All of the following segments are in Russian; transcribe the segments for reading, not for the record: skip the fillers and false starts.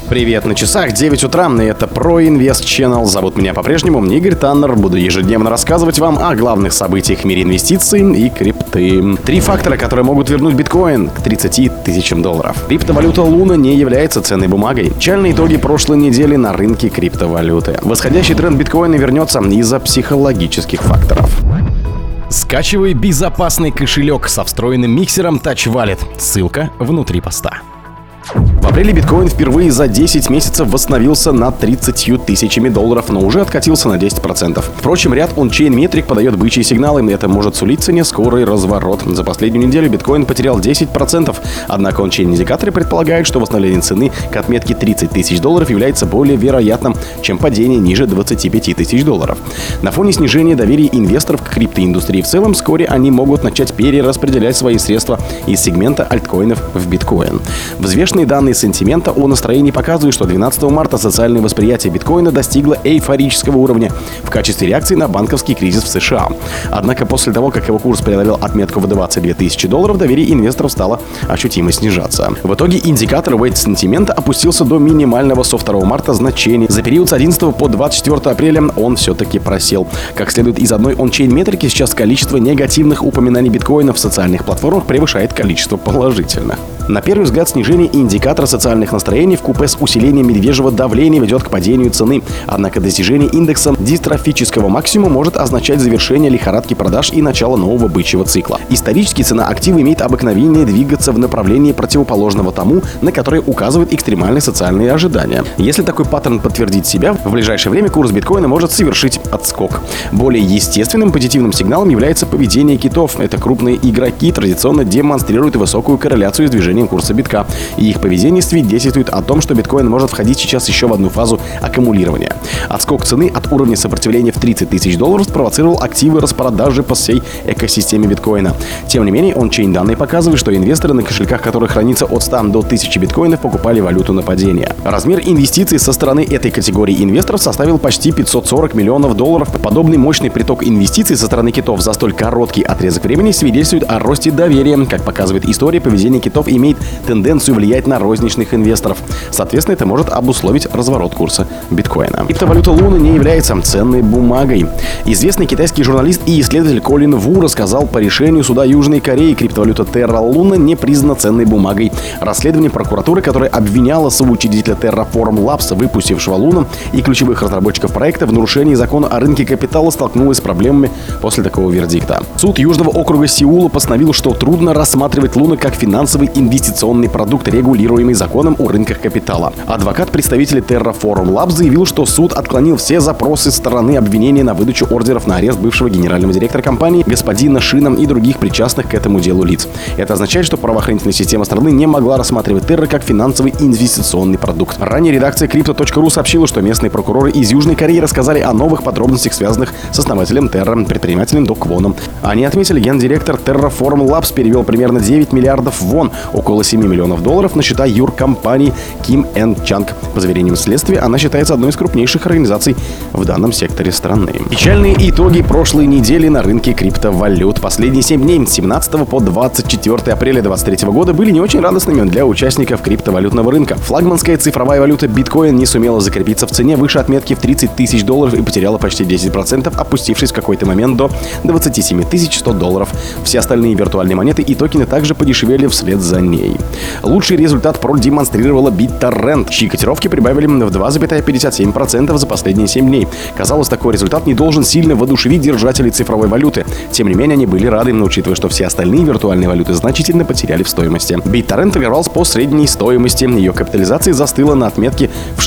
Привет, на часах 9 утра, и это ProInvest Channel. Зовут меня по-прежнему Игорь Таннер. Буду ежедневно рассказывать вам о главных событиях в мире инвестиций и крипты. 3 фактора, которые могут вернуть биткоин к 30 тысячам долларов. Криптовалюта Луна не является ценной бумагой. Печальные итоги прошлой недели на рынке криптовалюты. Восходящий тренд биткоина вернется из-за психологических факторов. Скачивай безопасный кошелек со встроенным миксером Touch Wallet. Ссылка внутри поста. В апреле биткоин впервые за 10 месяцев восстановился над 30 тысячами долларов, но уже откатился на 10%. Впрочем, ряд ончейн метрик подает бычьи сигналы, и это может сулить цене скорый разворот. За последнюю неделю биткоин потерял 10%, однако ончейн-индикаторы предполагают, что восстановление цены к отметке 30 тысяч долларов является более вероятным, чем падение ниже 25 тысяч долларов. На фоне снижения доверия инвесторов к криптоиндустрии в целом, вскоре они могут начать перераспределять свои средства из сегмента альткоинов в биткоин. Взвешенные данные сентимента о настроении показывают, что 12 марта социальное восприятие биткоина достигло эйфорического уровня в качестве реакции на банковский кризис в США. Однако после того, как его курс преодолел отметку в 22 тысячи долларов, доверие инвесторов стало ощутимо снижаться. В итоге индикатор weight сентимента опустился до минимального со 2 марта значения. За период с 11 по 24 апреля он все-таки просел. Как следует из одной ончейн метрики, сейчас количество негативных упоминаний биткоина в социальных платформах превышает количество положительных. На первый взгляд, снижение индикатора социальных настроений вкупе с усилением медвежьего давления ведет к падению цены. Однако достижение индекса дистрофического максимума может означать завершение лихорадки продаж и начало нового бычьего цикла. Исторически цена актива имеет обыкновение двигаться в направлении противоположного тому, на которое указывают экстремальные социальные ожидания. Если такой паттерн подтвердит себя, в ближайшее время курс биткоина может совершить отскок. Более естественным позитивным сигналом является поведение китов. Это крупные игроки традиционно демонстрируют высокую корреляцию с движением курса битка, и их поведение свидетельствует о том, что биткоин может входить сейчас еще в одну фазу аккумулирования. Отскок цены от уровня сопротивления в 30 тысяч долларов спровоцировал активы распродажи по всей экосистеме биткоина. Тем не менее, ончейн данные показывают, что инвесторы, на кошельках которых хранится от 100 до 1000 биткоинов, покупали валюту на падение. Размер инвестиций со стороны этой категории инвесторов составил почти 540 миллионов долларов. Подобный мощный приток инвестиций со стороны китов за столь короткий отрезок времени свидетельствует о росте доверия. Как показывает история, поведение китов имеет тенденцию влиять на розничных инвесторов. Соответственно, это может обусловить разворот курса биткоина. Криптовалюта Луна не является ценной бумагой. Известный китайский журналист и исследователь Колин Ву рассказал, по решению суда Южной Кореи криптовалюта Terra Luna не признана ценной бумагой. Расследование прокуратуры, которое обвиняло соучредителя Terraform Labs, выпустившего Луну, и ключевых разработчиков проекта в нарушении закона о рынке капитала, столкнулось с проблемами после такого вердикта. Суд Южного округа Сеула постановил, что трудно рассматривать Луну как финансовый инвестиционный продукт, регулируемый законом о рынках капитала. Адвокат-представитель Terraform Labs заявил, что суд отклонил все запросы стороны обвинения на выдачу ордеров на арест бывшего генерального директора компании господина Шина и других причастных к этому делу лиц. Это означает, что правоохранительная система страны не могла рассматривать Terra как финансовый инвестиционный продукт. Ранее редакция Crypto.ru сообщила, что местные прокуроры из Южной Кореи рассказали о новых подробностях, связанных с основателем Terra, предпринимателем До Квоном. Они отметили, гендиректор Terraform Labs перевел примерно 9 миллиардов вон, около 7 миллионов долларов, на счета юркомпании Kim and Chang. По заверениям следствия, она считается одной из крупнейших организаций в данном секторе страны. Печальные итоги прошлой недели на рынке криптовалют. Последние 7 дней с 17 по 24 апреля 2023 года были не очень радостными для участников криптовалютного рынка. Флагманская цифровая валюта биткоин не сумела закрепиться в цене выше отметки в 30 тысяч долларов и потеряла почти 10%, опустившись в какой-то момент до 27 100 долларов. Все остальные виртуальные монеты и токены также подешевели вслед за ней. Лучший результат продемонстрировала BitTorrent, чьи котировки прибавили в 2,57% за последние 7 дней. Казалось, такой результат не должен сильно воодушевить держателей цифровой валюты. Тем не менее, они были рады, учитывая, что все остальные виртуальные валюты значительно потеряли в стоимости. BitTorrent торговался по средней стоимости. Ее капитализация застыла на отметке в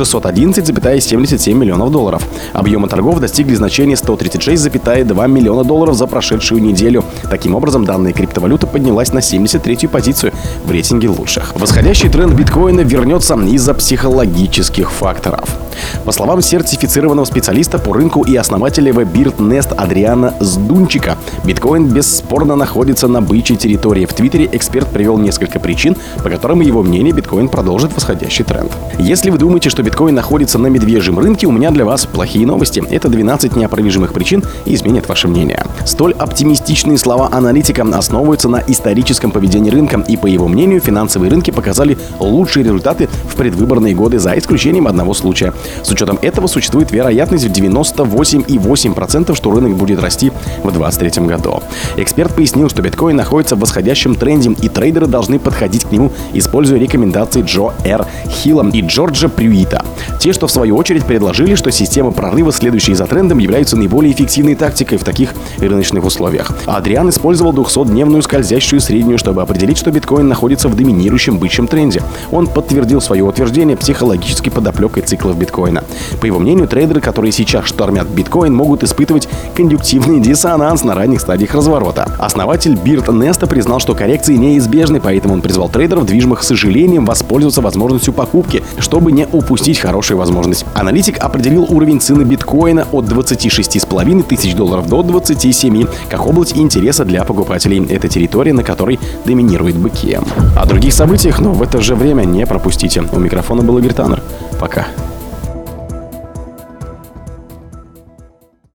611,77 миллионов долларов. Объемы торгов достигли значения 136,2 миллиона долларов за прошедшую неделю. Таким образом, данная криптовалюта поднялась на 73-ю позицию в рейтинге лучших. Восходящий тренд биткоина вернется из-за психологических факторов. По словам сертифицированного специалиста по рынку и основателя Birdnest Адриана Здунчика, биткоин бесспорно находится на бычьей территории. В Твиттере эксперт привел несколько причин, по которым, его мнение, биткоин продолжит восходящий тренд. Если вы думаете, что биткоин находится на медвежьем рынке, у меня для вас плохие новости. Это 12 неопровержимых причин и изменит ваше мнение. Столь оптимистичные слова аналитика основываются на историческом поведении рынка, и, по его мнению, финансовые рынки показали лучшие результаты в предвыборные годы, за исключением одного случая. С учетом этого существует вероятность в 98,8%, что рынок будет расти в 2023 году. Эксперт пояснил, что биткоин находится в восходящем тренде, и трейдеры должны подходить к нему, используя рекомендации Джо Р. Хилла и Джорджа Прюита. Те, что в свою очередь предложили, что система прорыва, следующие за трендом, являются наиболее эффективной тактикой в таких рыночных условиях. Адриан использовал 200-дневную скользящую среднюю, чтобы определить, что биткоин находится в доминирующем бычьем тренде. Он подтвердил свое утверждение психологической подоплекой циклов биткоина. По его мнению, трейдеры, которые сейчас штормят биткоин, могут испытывать кондуктивный диссонанс на ранних стадиях разворота. Основатель Birdnest признал, что коррекции неизбежны, поэтому он призвал трейдеров, движимых сожалением, воспользоваться возможностью покупки, чтобы не упустить хорошую возможность. Аналитик определил уровень цены биткоина от $26,5 тысяч до 27 как область интереса для покупателей. Это территория, на которой доминирует быки. О других событиях, но в это же время не пропустите. У микрофона был Игорь Таннер. Пока.